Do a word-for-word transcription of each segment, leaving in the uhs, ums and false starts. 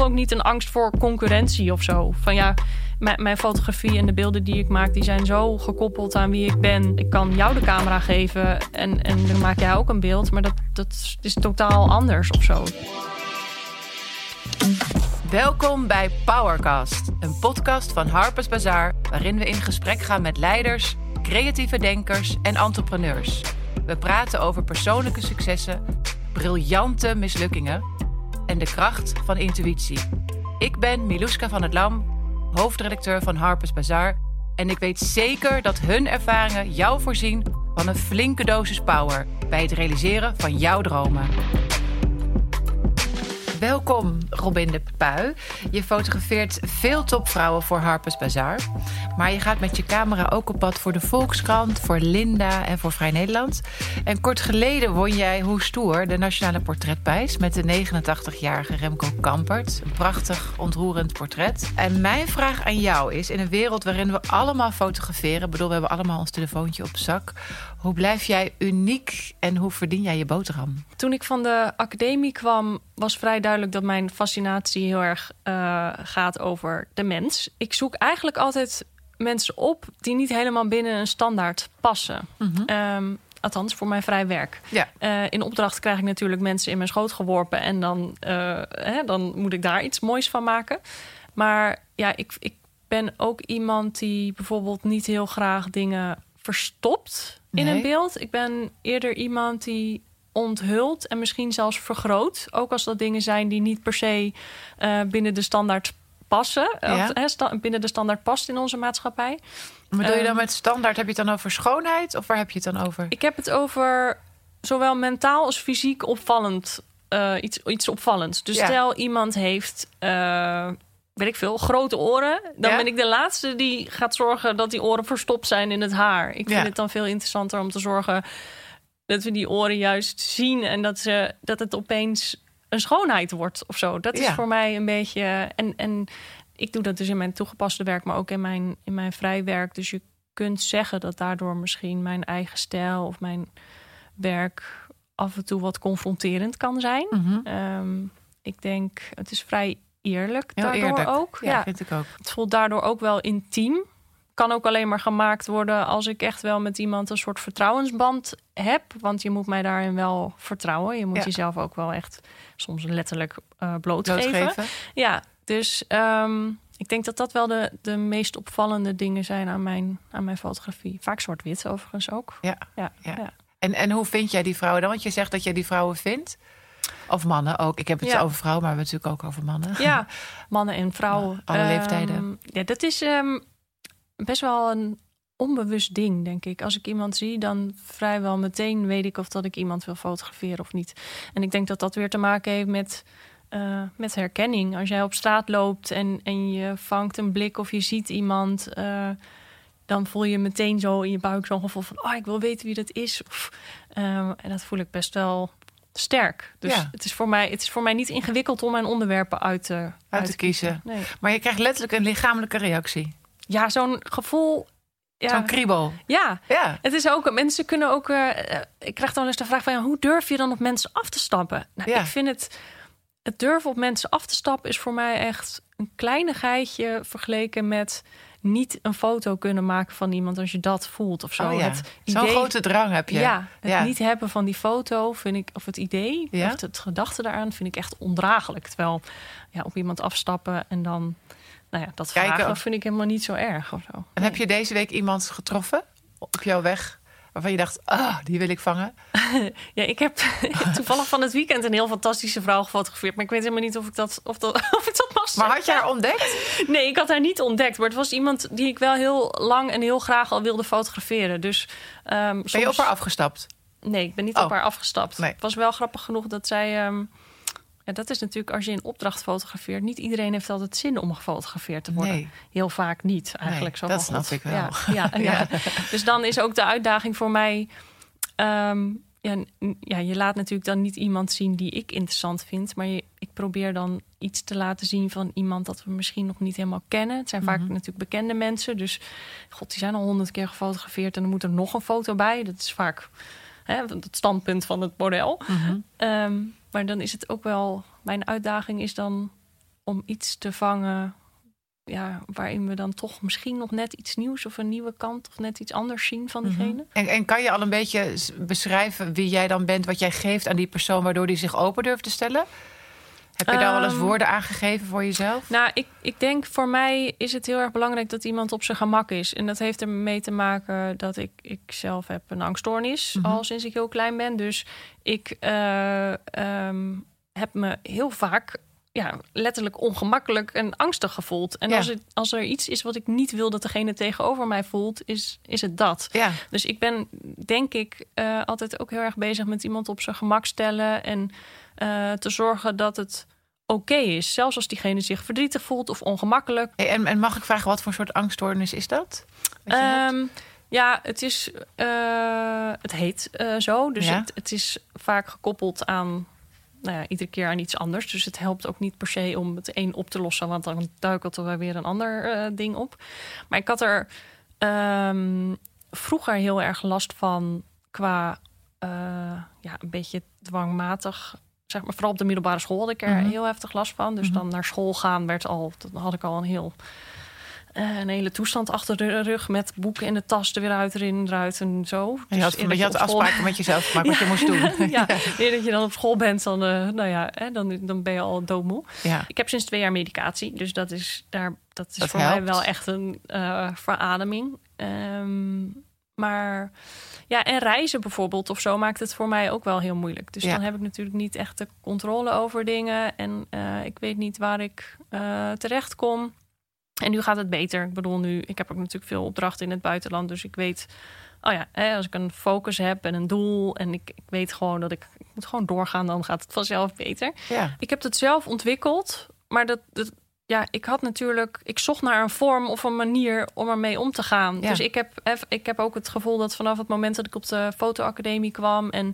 voel ook niet een angst voor concurrentie of zo. Van ja, mijn, mijn fotografie en de beelden die ik maak, die zijn zo gekoppeld aan wie ik ben. Ik kan jou de camera geven en, en dan maak jij ook een beeld. Maar dat, dat is totaal anders of zo. Welkom bij Powercast, een podcast van Harper's Bazaar, waarin we in gesprek gaan met leiders, creatieve denkers en entrepreneurs. We praten over persoonlijke successen, briljante mislukkingen en de kracht van intuïtie. Ik ben Milouska van het Lam, hoofdredacteur van Harper's Bazaar, en ik weet zeker dat hun ervaringen jou voorzien van een flinke dosis power bij het realiseren van jouw dromen. Welkom, Robin de Puy. Je fotografeert veel topvrouwen voor Harper's Bazaar. Maar je gaat met je camera ook op pad voor de Volkskrant, voor Linda en voor Vrij Nederland. En kort geleden won jij Hoe Stoer, de Nationale Portretprijs, met de negenentachtigjarige Remco Kampert. Een prachtig, ontroerend portret. En mijn vraag aan jou is, in een wereld waarin we allemaal fotograferen, bedoel, we hebben allemaal ons telefoontje op zak. Hoe blijf jij uniek en hoe verdien jij je boterham? Toen ik van de academie kwam, was vrij duidelijk dat mijn fascinatie heel erg uh, gaat over de mens. Ik zoek eigenlijk altijd mensen op die niet helemaal binnen een standaard passen. Mm-hmm. Um, althans, voor mijn vrij werk. Ja. Uh, in opdracht krijg ik natuurlijk mensen in mijn schoot geworpen en dan, uh, hè, dan moet ik daar iets moois van maken. Maar ja, ik, ik ben ook iemand die bijvoorbeeld niet heel graag dingen verstopt in nee. een beeld. Ik ben eerder iemand die onthult en misschien zelfs vergroot. Ook als dat dingen zijn die niet per se uh, binnen de standaard passen. Ja. Of, hè, sta- binnen de standaard past in onze maatschappij. Bedoel je dan met standaard? Heb je het dan over schoonheid? Of waar heb je het dan over? Ik heb het over zowel mentaal als fysiek opvallend. Uh, iets, iets opvallends. Dus ja. Stel iemand heeft, Uh, weet ik veel, grote oren. Dan ja? ben ik de laatste die gaat zorgen dat die oren verstopt zijn in het haar. Ik vind ja. het dan veel interessanter om te zorgen dat we die oren juist zien en dat, ze, dat het opeens een schoonheid wordt of zo. Dat is ja. voor mij een beetje. En, en ik doe dat dus in mijn toegepaste werk, maar ook in mijn, in mijn vrij werk. Dus je kunt zeggen dat daardoor misschien mijn eigen stijl of mijn werk af en toe wat confronterend kan zijn. Mm-hmm. Um, ik denk, het is vrij eerlijk Heel daardoor eerlijk. ook. Ja, ja, vind ik ook. Het voelt daardoor ook wel intiem. Kan ook alleen maar gemaakt worden als ik echt wel met iemand een soort vertrouwensband heb. Want je moet mij daarin wel vertrouwen. Je moet ja. jezelf ook wel echt soms letterlijk uh, blootgeven. blootgeven. Ja, dus um, ik denk dat dat wel de, de meest opvallende dingen zijn aan mijn, aan mijn fotografie. Vaak zwart-wit overigens ook. Ja, ja, ja. ja. En, en hoe vind jij die vrouwen dan? Want je zegt dat jij die vrouwen vindt. Of mannen ook. Ik heb het ja. over vrouwen, maar we hebben het natuurlijk ook over mannen. Ja, mannen en vrouwen. Alle um, leeftijden. Ja, dat is Um, best wel een onbewust ding, denk ik. Als ik iemand zie, dan vrijwel meteen weet ik of dat ik iemand wil fotograferen of niet. En ik denk dat dat weer te maken heeft met, uh, met herkenning. Als jij op straat loopt en, en je vangt een blik of je ziet iemand, Uh, dan voel je meteen zo in je buik zo'n gevoel van, oh, ik wil weten wie dat is. Of, uh, en dat voel ik best wel sterk. Dus ja. het, is voor mij, het is voor mij niet ingewikkeld om mijn onderwerpen uit te, uit uit te kiezen. Nee. Maar je krijgt letterlijk een lichamelijke reactie. Ja, zo'n gevoel. Ja. Zo'n kriebel. Ja. ja, het is ook. Mensen kunnen ook. Uh, ik krijg dan wel eens de vraag van, ja, hoe durf je dan op mensen af te stappen? Nou, ja. Ik vind het. Het durven op mensen af te stappen is voor mij echt een kleinigheidje vergeleken met niet een foto kunnen maken van iemand als je dat voelt of zo. Oh ja. Het idee, Zo'n grote drang heb je. Ja, het ja. niet hebben van die foto vind ik, of het idee, ja? of het gedachte daaraan vind ik echt ondraaglijk. Terwijl ja, op iemand afstappen en dan, nou ja, dat vragen Kijken. vind ik helemaal niet zo erg of zo. En nee. heb je deze week iemand getroffen op jouw weg waarvan je dacht, ah, oh, die wil ik vangen? Ja, ik heb toevallig van het weekend een heel fantastische vrouw gefotografeerd. Maar ik weet helemaal niet of ik dat, of dat, of ik dat mag zeggen. Maar had je haar ontdekt? Nee, ik had haar niet ontdekt. Maar het was iemand die ik wel heel lang en heel graag al wilde fotograferen. Dus, um, ben soms... je op haar afgestapt? Nee, ik ben niet oh. op haar afgestapt. Nee. Het was wel grappig genoeg dat zij... Um, ja, dat is natuurlijk als je in opdracht fotografeert. Niet iedereen heeft altijd zin om gefotografeerd te worden. Nee. Heel vaak niet eigenlijk. Nee, zo dat snap ik wel. Ja, ja, ja. Ja. Dus dan is ook de uitdaging voor mij... Um, ja, ja, je laat natuurlijk dan niet iemand zien die ik interessant vind. Maar je, ik probeer dan iets te laten zien van iemand dat we misschien nog niet helemaal kennen. Het zijn vaak mm-hmm. natuurlijk bekende mensen. Dus god, die zijn al honderd keer gefotografeerd en dan moet er nog een foto bij. Dat is vaak hè, het standpunt van het model. Mm-hmm. Um, maar dan is het ook wel... Mijn uitdaging is dan om iets te vangen, ja, waarin we dan toch misschien nog net iets nieuws of een nieuwe kant of net iets anders zien van diegene. Mm-hmm. En, en kan je al een beetje beschrijven wie jij dan bent, wat jij geeft aan die persoon, waardoor die zich open durft te stellen? Heb je daar um, wel eens woorden aangegeven voor jezelf? Nou, ik, ik denk voor mij is het heel erg belangrijk dat iemand op zijn gemak is. En dat heeft ermee te maken dat ik, ik zelf heb een angststoornis, mm-hmm. al sinds ik heel klein ben. Dus ik uh, um, heb me heel vaak ja, letterlijk ongemakkelijk en angstig gevoeld. En ja. als, het, als er iets is wat ik niet wil dat degene tegenover mij voelt, is, is het dat. Ja. Dus ik ben, denk ik, uh, altijd ook heel erg bezig met iemand op zijn gemak stellen en uh, te zorgen dat het oké okay is. Zelfs als diegene zich verdrietig voelt of ongemakkelijk. Hey, en, en mag ik vragen, wat voor soort angststoornis is dat? Um, ja, het is uh, het heet uh, zo. Dus ja? het, het is vaak gekoppeld aan, nou ja, iedere keer aan iets anders. Dus het helpt ook niet per se om het een op te lossen, want dan duikelt er weer een ander uh, ding op. Maar ik had er um, vroeger heel erg last van qua uh, ja, een beetje dwangmatig. Zeg maar, vooral op de middelbare school had ik er mm-hmm. heel heftig last van. Dus mm-hmm. dan naar school gaan werd al, dan had ik al een heel uh, een hele toestand achter de rug met boeken in de tas er weer uit, erin, eruit en zo. Dus je had, je je had afspraken school met jezelf gemaakt wat ja. je moest doen. ja, eer dat je dan op school bent, dan, uh, nou ja, hè, dan, dan ben je al doodmoe. Ja. Ik heb sinds twee jaar medicatie, dus dat is daar, dat is dat voor helpt. mij wel echt een uh, verademing. Um, maar ja, en reizen bijvoorbeeld of zo maakt het voor mij ook wel heel moeilijk. Dus ja. dan heb ik natuurlijk niet echt de controle over dingen. En uh, ik weet niet waar ik uh, terecht kom. En nu gaat het beter. Ik bedoel, nu, ik heb ook natuurlijk veel opdrachten in het buitenland. Dus ik weet, oh ja, hè, als ik een focus heb en een doel. En ik, ik weet gewoon dat ik, ik moet gewoon doorgaan. Dan gaat het vanzelf beter. Ja. Ik heb het zelf ontwikkeld. Maar dat, dat ja, ik had natuurlijk, ik zocht naar een vorm of een manier om ermee om te gaan. Ja. Dus ik heb, ik heb ook het gevoel dat vanaf het moment dat ik op de fotoacademie kwam en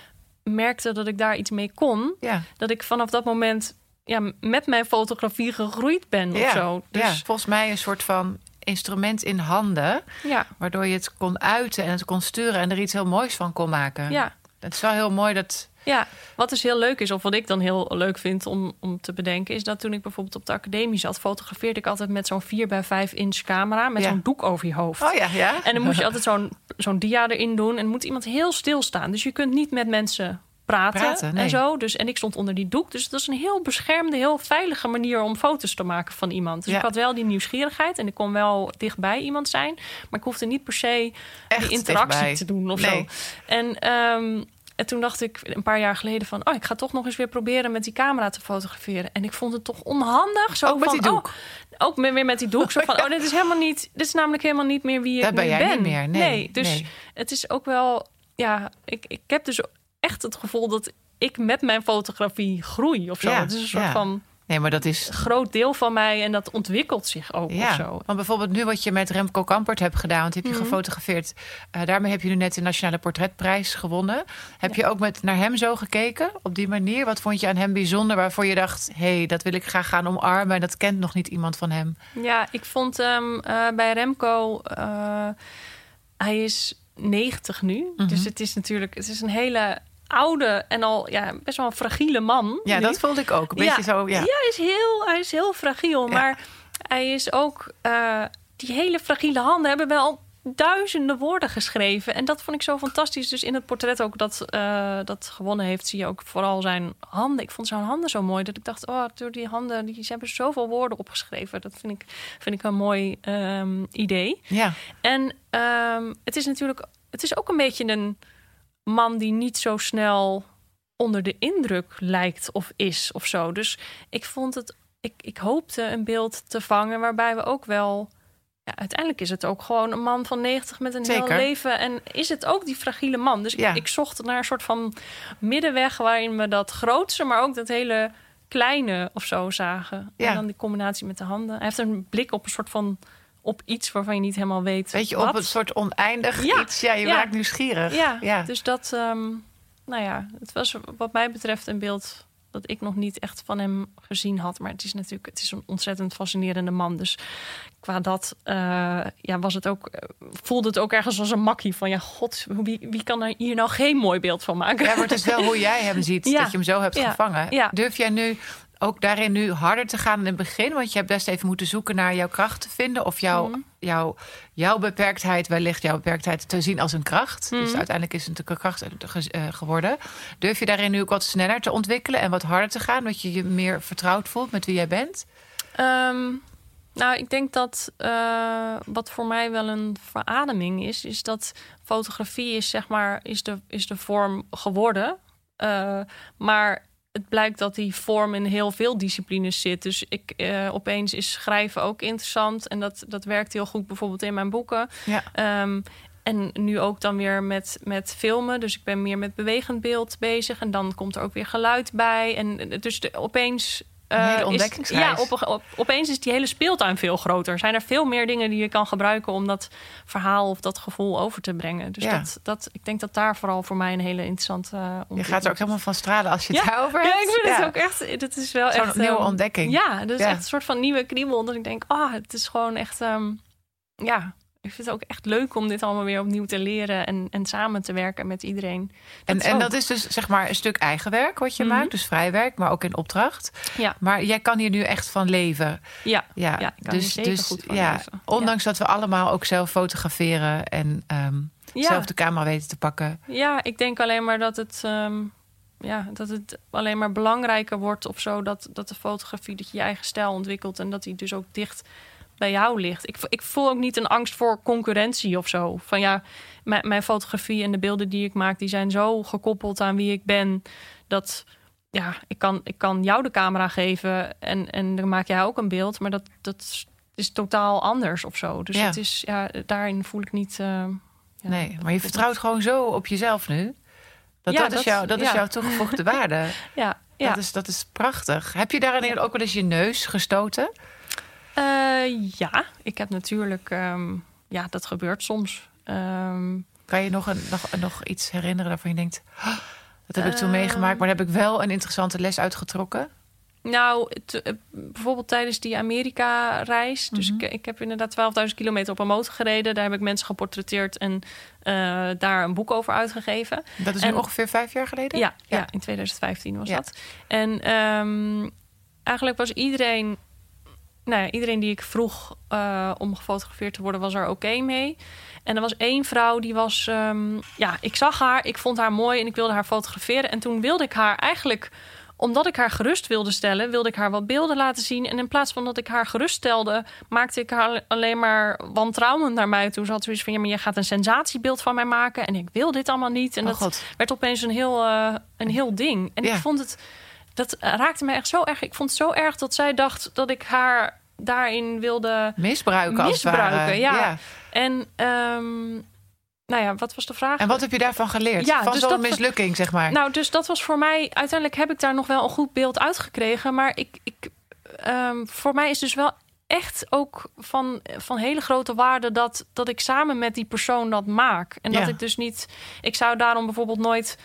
merkte dat ik daar iets mee kon, ja. dat ik vanaf dat moment ja, met mijn fotografie gegroeid ben ja. of zo. Dus ja, volgens mij een soort van instrument in handen, ja. waardoor je het kon uiten en het kon sturen en er iets heel moois van kon maken. Ja. Het is wel heel mooi dat. Ja, wat dus heel leuk is, of wat ik dan heel leuk vind om, om te bedenken, is dat toen ik bijvoorbeeld op de academie zat, fotografeerde ik altijd met zo'n vier bij vijf inch camera met ja. zo'n doek over je hoofd. Oh ja, ja. En dan moet je altijd zo'n, zo'n dia erin doen en dan moet iemand heel stilstaan. Dus je kunt niet met mensen praten, praten nee. en zo. Dus, en ik stond onder die doek. Dus dat is een heel beschermde, heel veilige manier om foto's te maken van iemand. Dus ja. ik had wel die nieuwsgierigheid en ik kon wel dichtbij iemand zijn, maar ik hoefde niet per se Echt die interactie dichtbij. te doen of nee. zo. En um, En toen dacht ik een paar jaar geleden van, oh, ik ga toch nog eens weer proberen met die camera te fotograferen. En ik vond het toch onhandig. Zo ook met van, die doek? Oh, ook weer met die doek. Zo van, oh, dit is helemaal niet, dit is namelijk helemaal niet meer wie ik Daar ben nu jij ben. niet meer. Nee, nee dus nee. het is ook wel, ja, ik, ik heb dus echt het gevoel dat ik met mijn fotografie groei of zo. Ja, het is een soort ja. van Nee, maar dat is een groot deel van mij en dat ontwikkelt zich ook ja, of zo. Want bijvoorbeeld nu wat je met Remco Kampert hebt gedaan, want heb je mm-hmm. gefotografeerd. Uh, daarmee heb je nu net de Nationale Portretprijs gewonnen. Heb ja. je ook met naar hem zo gekeken op die manier? Wat vond je aan hem bijzonder waarvoor je dacht, hé, hey, dat wil ik graag gaan omarmen en dat kent nog niet iemand van hem? Ja, ik vond um, uh, bij Remco, uh, hij is negentig nu. Mm-hmm. Dus het is natuurlijk, het is een hele oude en al ja, best wel een fragiele man. Ja, nu. Dat voelde ik ook. Een beetje ja, zo, ja. ja, hij is heel, hij is heel fragiel. Ja. Maar hij is ook, uh, die hele fragiele handen hebben wel duizenden woorden geschreven. En dat vond ik zo fantastisch. Dus in het portret ook dat, uh, dat gewonnen heeft, zie je ook vooral zijn handen. Ik vond zijn handen zo mooi dat ik dacht, oh, door die handen, die, ze hebben zoveel woorden opgeschreven. Dat vind ik, vind ik een mooi um, idee. Ja. En um, het is natuurlijk, het is ook een beetje een man die niet zo snel onder de indruk lijkt of is of zo. Dus ik vond het, ik, ik hoopte een beeld te vangen waarbij we ook wel, ja, uiteindelijk is het ook gewoon een man van negentig met een Zeker. heel leven en is het ook die fragiele man. Dus ja. ik, ik zocht naar een soort van middenweg waarin we dat grootste, maar ook dat hele kleine of zo zagen. Ja. En dan die combinatie met de handen. Hij heeft een blik op een soort van op iets waarvan je niet helemaal weet. Weet je, wat. op een soort oneindig ja. iets. Ja, je ja. raakt nieuwsgierig. Ja, ja. dus dat, um, nou ja, het was wat mij betreft een beeld dat ik nog niet echt van hem gezien had. Maar het is natuurlijk, het is een ontzettend fascinerende man. Dus qua dat, uh, ja, was het ook, voelde het ook ergens als een makkie van, ja, god, wie, wie kan er hier nou geen mooi beeld van maken? Ja, maar het is wel hoe jij hem ziet, ja. dat je hem zo hebt ja. gevangen. Ja. Durf jij nu ook daarin nu harder te gaan in het begin? Want je hebt best even moeten zoeken naar jouw kracht te vinden. Of jouw, mm. jouw, jouw beperktheid, wellicht jouw beperktheid te zien als een kracht. Mm. Dus uiteindelijk is het natuurlijk een kracht geworden. Durf je daarin nu ook wat sneller te ontwikkelen en wat harder te gaan? Dat je je meer vertrouwd voelt met wie jij bent? Um, nou, ik denk dat uh, wat voor mij wel een verademing is... is dat fotografie is, zeg maar, is de, is de vorm geworden. Uh, maar... Het blijkt dat die vorm in heel veel disciplines zit. Dus ik, uh, opeens is schrijven ook interessant. En dat, dat werkt heel goed bijvoorbeeld in mijn boeken. Ja. Um, en nu ook dan weer met, met filmen. Dus ik ben meer met bewegend beeld bezig. En dan komt er ook weer geluid bij. En dus de, opeens... Een hele ontdekkingsreis. Ja, op, op, opeens is die hele speeltuin veel groter. Zijn er veel meer dingen die je kan gebruiken... om dat verhaal of dat gevoel over te brengen. Dus ja. dat, dat, ik denk dat daar vooral voor mij een hele interessante... Uh, je gaat er ook helemaal van stralen als je het ja. daarover hebt. Ja, ik vind ja. het ook echt... Dat is wel Zo'n echt... een nieuwe um, ontdekking. Ja, dus ja. echt een soort van nieuwe kriebel. Dat ik denk, ah, oh, het is gewoon echt... Um, ja... Ik vind het ook echt leuk om dit allemaal weer opnieuw te leren... en, en samen te werken met iedereen. Dat en, en dat is dus zeg maar een stuk eigen werk wat je mm-hmm. maakt. Dus vrij werk, maar ook in opdracht. Ja. Maar jij kan hier nu echt van leven. Ja, ja. ja ik kan dus, hier zeker dus, goed van ja, leven. Ondanks ja. dat we allemaal ook zelf fotograferen... en um, ja. zelf de camera weten te pakken. Ja, ik denk alleen maar dat het... Um, ja, dat het alleen maar belangrijker wordt of zo... dat, dat de fotografie, dat je je eigen stijl ontwikkelt... en dat die dus ook dicht... bij jou ligt. Ik, ik voel ook niet een angst voor concurrentie of zo. Van ja, mijn, mijn fotografie en de beelden die ik maak... die zijn zo gekoppeld aan wie ik ben... dat ja, ik kan, ik kan jou de camera geven... en, en dan maak jij ook een beeld... maar dat, dat is totaal anders of zo. Dus ja. het is, ja, daarin voel ik niet... Uh, ja, nee, maar je vertrouwt gewoon zo op jezelf nu. Dat, ja, dat, dat, is, jou, dat ja. is jouw toegevoegde waarde. ja, ja. Dat, is, dat is prachtig. Heb je daarin ook wel eens je neus gestoten... Uh, ja, ik heb natuurlijk... Um, ja, dat gebeurt soms. Um, kan je nog, een, nog, nog iets herinneren waarvan je denkt... Oh, dat heb ik uh, toen meegemaakt, maar daar heb ik wel een interessante les uitgetrokken? Nou, t, bijvoorbeeld tijdens die Amerika-reis. Mm-hmm. Dus ik, ik heb inderdaad twaalfduizend kilometer op een motor gereden. Daar heb ik mensen geportretteerd en uh, daar een boek over uitgegeven. Dat is en, nu ongeveer vijf jaar geleden? Ja, ja. ja in twintig vijftien was ja. dat. En um, eigenlijk was iedereen... Nou ja, iedereen die ik vroeg uh, om gefotografeerd te worden, was er oké okay mee. En er was één vrouw die was... Um, ja, ik zag haar, ik vond haar mooi en ik wilde haar fotograferen. En toen wilde ik haar eigenlijk... Omdat ik haar gerust wilde stellen, wilde ik haar wat beelden laten zien. En in plaats van dat ik haar gerust stelde, maakte ik haar alleen maar wantrouwend naar mij toe. Ze had zoiets van, ja, maar je gaat een sensatiebeeld van mij maken. En ik wil dit allemaal niet. En oh, dat God. werd opeens een heel, uh, een heel ding. En ja. ik vond het... Dat raakte mij echt zo erg. Ik vond het zo erg dat zij dacht dat ik haar daarin wilde misbruiken. Misbruiken, als het ware. ja. ja. En um, nou ja, wat was de vraag? En wat heb je daarvan geleerd? Ja, van dus zo'n mislukking, was, zeg maar. Nou, dus dat was voor mij... Uiteindelijk heb ik daar nog wel een goed beeld uitgekregen. Maar ik, ik, um, voor mij is dus wel echt ook van, van hele grote waarde... Dat, dat ik samen met die persoon dat maak. En ja. dat ik dus niet... Ik zou daarom bijvoorbeeld nooit...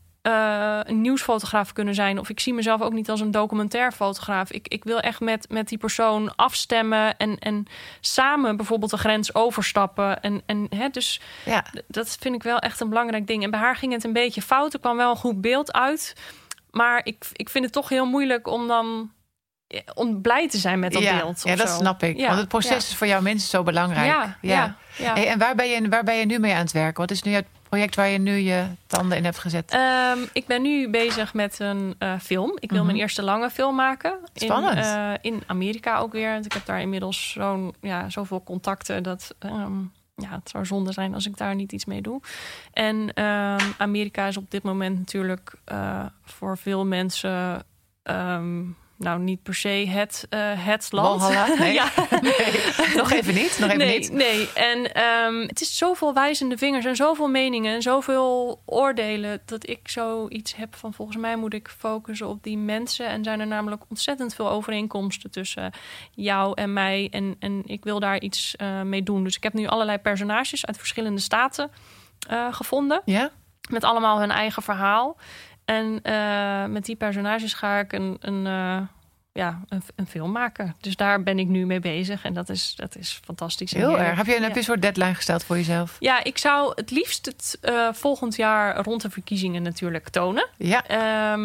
Uh, een nieuwsfotograaf kunnen zijn. Of ik zie mezelf ook niet als een documentairfotograaf. Ik, ik wil echt met, met die persoon afstemmen... en, en samen bijvoorbeeld de grens overstappen. En, en, hè, dus ja. d- dat vind ik wel echt een belangrijk ding. En bij haar ging het een beetje fout. Er kwam wel een goed beeld uit. Maar ik, ik vind het toch heel moeilijk om dan... om blij te zijn met dat ja, beeld. Ja, dat zo. snap ik. Ja, Want het proces ja. is voor jou minstens zo belangrijk. Ja, ja. ja, ja. Hey, en waar ben, je, waar ben je nu mee aan het werken? Wat is nu het project waar je nu je tanden in hebt gezet? Um, ik ben nu bezig met een uh, film. Ik wil mm-hmm. mijn eerste lange film maken. Spannend. In, uh, in Amerika ook weer. Want ik heb daar inmiddels zo'n, ja, zoveel contacten... dat um, ja, het zou zonde zijn als ik daar niet iets mee doe. En um, Amerika is op dit moment natuurlijk uh, voor veel mensen... Um, Nou, niet per se het, uh, het land. Valhalla? Nee. ja. nee. Nog even niet. Nog even nee, niet. nee. En um, het is zoveel wijzende vingers en zoveel meningen en zoveel oordelen... dat ik zoiets heb van volgens mij moet ik focussen op die mensen. En zijn er namelijk ontzettend veel overeenkomsten tussen jou en mij. En, en ik wil daar iets uh, mee doen. Dus ik heb nu allerlei personages uit verschillende staten uh, gevonden. Ja? Met allemaal hun eigen verhaal. En uh, met die personages ga ik een, een, uh, ja, een, een film maken. Dus daar ben ik nu mee bezig. En dat is, dat is fantastisch. Heel erg. Heb je, ja. heb je een soort deadline gesteld voor jezelf? Ja, ik zou het liefst het uh, volgend jaar rond de verkiezingen natuurlijk tonen. Ja. Um,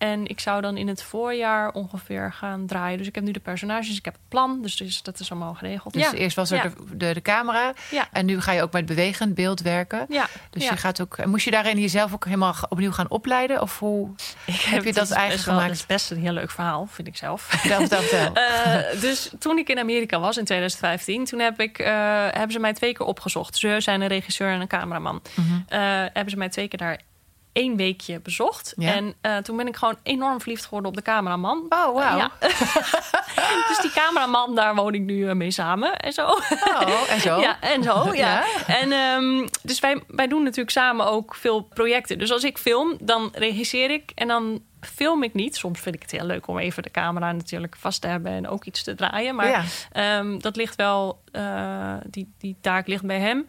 En ik zou dan in het voorjaar ongeveer gaan draaien. Dus ik heb nu de personages, ik heb het plan. Dus, dus dat is allemaal geregeld. Dus ja. eerst was er ja. de, de, de camera. Ja. En nu ga je ook met bewegend beeld werken. Ja. Dus ja. je gaat ook. Moest je daarin jezelf ook helemaal opnieuw gaan opleiden? Of hoe ik heb je dat eigen gemaakt? gemaakt? Het is best een heel leuk verhaal, vind ik zelf. Vertel, vertel, vertel. uh, dus toen ik in Amerika was in twintig vijftien... toen heb ik, uh, hebben ze mij twee keer opgezocht. Ze zijn een regisseur en een cameraman. Mm-hmm. Uh, hebben ze mij twee keer daar één weekje bezocht. Ja. En uh, toen ben ik gewoon enorm verliefd geworden op de cameraman. Oh, wow. Uh, ja. Dus die cameraman, daar woon ik nu uh, mee samen. En zo. Oh, en zo. Ja, en zo, ja. ja. En um, dus wij, wij doen natuurlijk samen ook veel projecten. Dus als ik film, dan regisseer ik en dan film ik niet. Soms vind ik het heel leuk om even de camera natuurlijk vast te hebben en ook iets te draaien. Maar ja. um, dat ligt wel, uh, die, die taak ligt bij hem.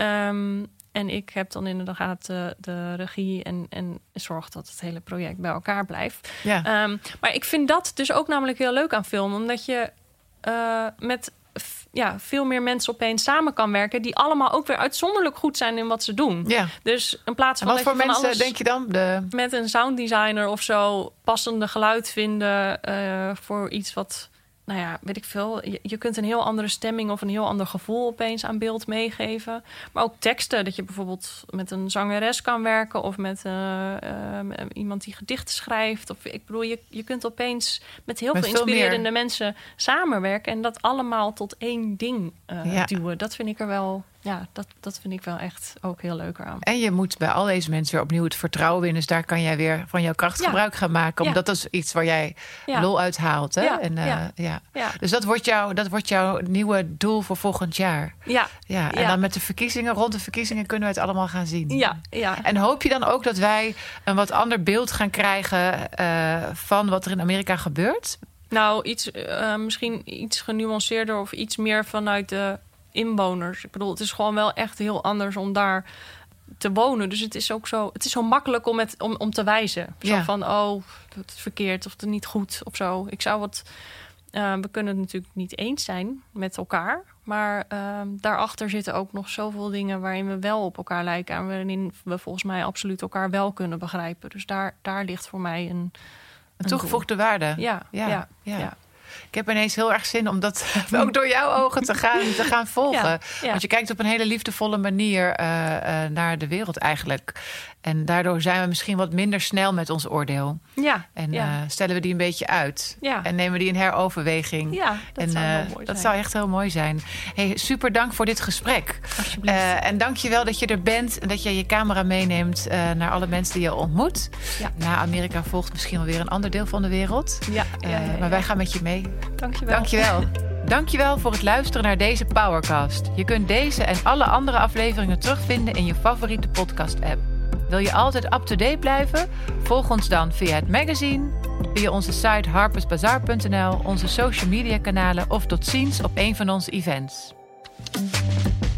Um, En ik heb dan inderdaad de, de regie en, en zorg dat het hele project bij elkaar blijft. Ja. Um, maar ik vind dat dus ook namelijk heel leuk aan film. Omdat je uh, met f- ja, veel meer mensen opeens samen kan werken... die allemaal ook weer uitzonderlijk goed zijn in wat ze doen. Ja. Dus in plaats van en wat dat voor je van mensen alles denk je dan? De... met een sounddesigner of zo passende geluid vinden... Uh, voor iets wat... Nou ja, weet ik veel. Je, je kunt een heel andere stemming of een heel ander gevoel opeens aan beeld meegeven. Maar ook teksten, dat je bijvoorbeeld met een zangeres kan werken... of met uh, uh, iemand die gedichten schrijft. Of, ik bedoel, je, je kunt opeens met heel met veel inspirerende veel mensen samenwerken... en dat allemaal tot één ding uh, ja. duwen. Dat vind ik er wel... Ja, dat, dat vind ik wel echt ook heel leuk aan. En je moet bij al deze mensen weer opnieuw het vertrouwen winnen. Dus daar kan jij weer van jouw kracht ja. gebruik gaan maken. Omdat ja. dat is iets waar jij ja. lol uit haalt. Hè? Ja. En, uh, ja. Ja. Ja. Dus dat wordt, jouw, dat wordt jouw nieuwe doel voor volgend jaar. Ja. Ja. En ja. dan met de verkiezingen, rond de verkiezingen kunnen we het allemaal gaan zien. Ja. Ja. En hoop je dan ook dat wij een wat ander beeld gaan krijgen uh, van wat er in Amerika gebeurt? Nou, iets, uh, misschien iets genuanceerder of iets meer vanuit de inwoners. Ik bedoel, het is gewoon wel echt heel anders om daar te wonen. Dus het is ook zo, het is zo makkelijk om, het, om, om te wijzen. Zo ja. van, oh, het is verkeerd of het niet goed of zo. Ik zou het... Uh, we kunnen het natuurlijk niet eens zijn met elkaar. Maar uh, daarachter zitten ook nog zoveel dingen waarin we wel op elkaar lijken. En waarin we volgens mij absoluut elkaar wel kunnen begrijpen. Dus daar, daar ligt voor mij een... Een, een toegevoegde doel. waarde. Ja, ja, ja. ja. ja. Ik heb ineens heel erg zin om dat ook door jouw ogen te gaan, te gaan volgen. Ja, ja. Want je kijkt op een hele liefdevolle manier uh, uh, naar de wereld eigenlijk. En daardoor zijn we misschien wat minder snel met ons oordeel. Ja, en ja. Uh, stellen we die een beetje uit. Ja. En nemen die in heroverweging. Ja, dat, en, zou, uh, mooi dat zijn. zou echt heel mooi zijn. Hey, super dank voor dit gesprek. Alsjeblieft. Uh, en dank je wel dat je er bent. En dat je je camera meeneemt uh, naar alle mensen die je ontmoet. Ja. Na Amerika volgt misschien wel weer een ander deel van de wereld. Ja, ja, ja, ja. Uh, maar wij gaan met je mee. Dank je wel. Dank je wel. Dank je wel voor het luisteren naar deze Powercast. Je kunt deze en alle andere afleveringen terugvinden in je favoriete podcast-app. Wil je altijd up-to-date blijven? Volg ons dan via het magazine, via onze site harpers bazaar punt n l, onze social media kanalen of tot ziens op een van onze events.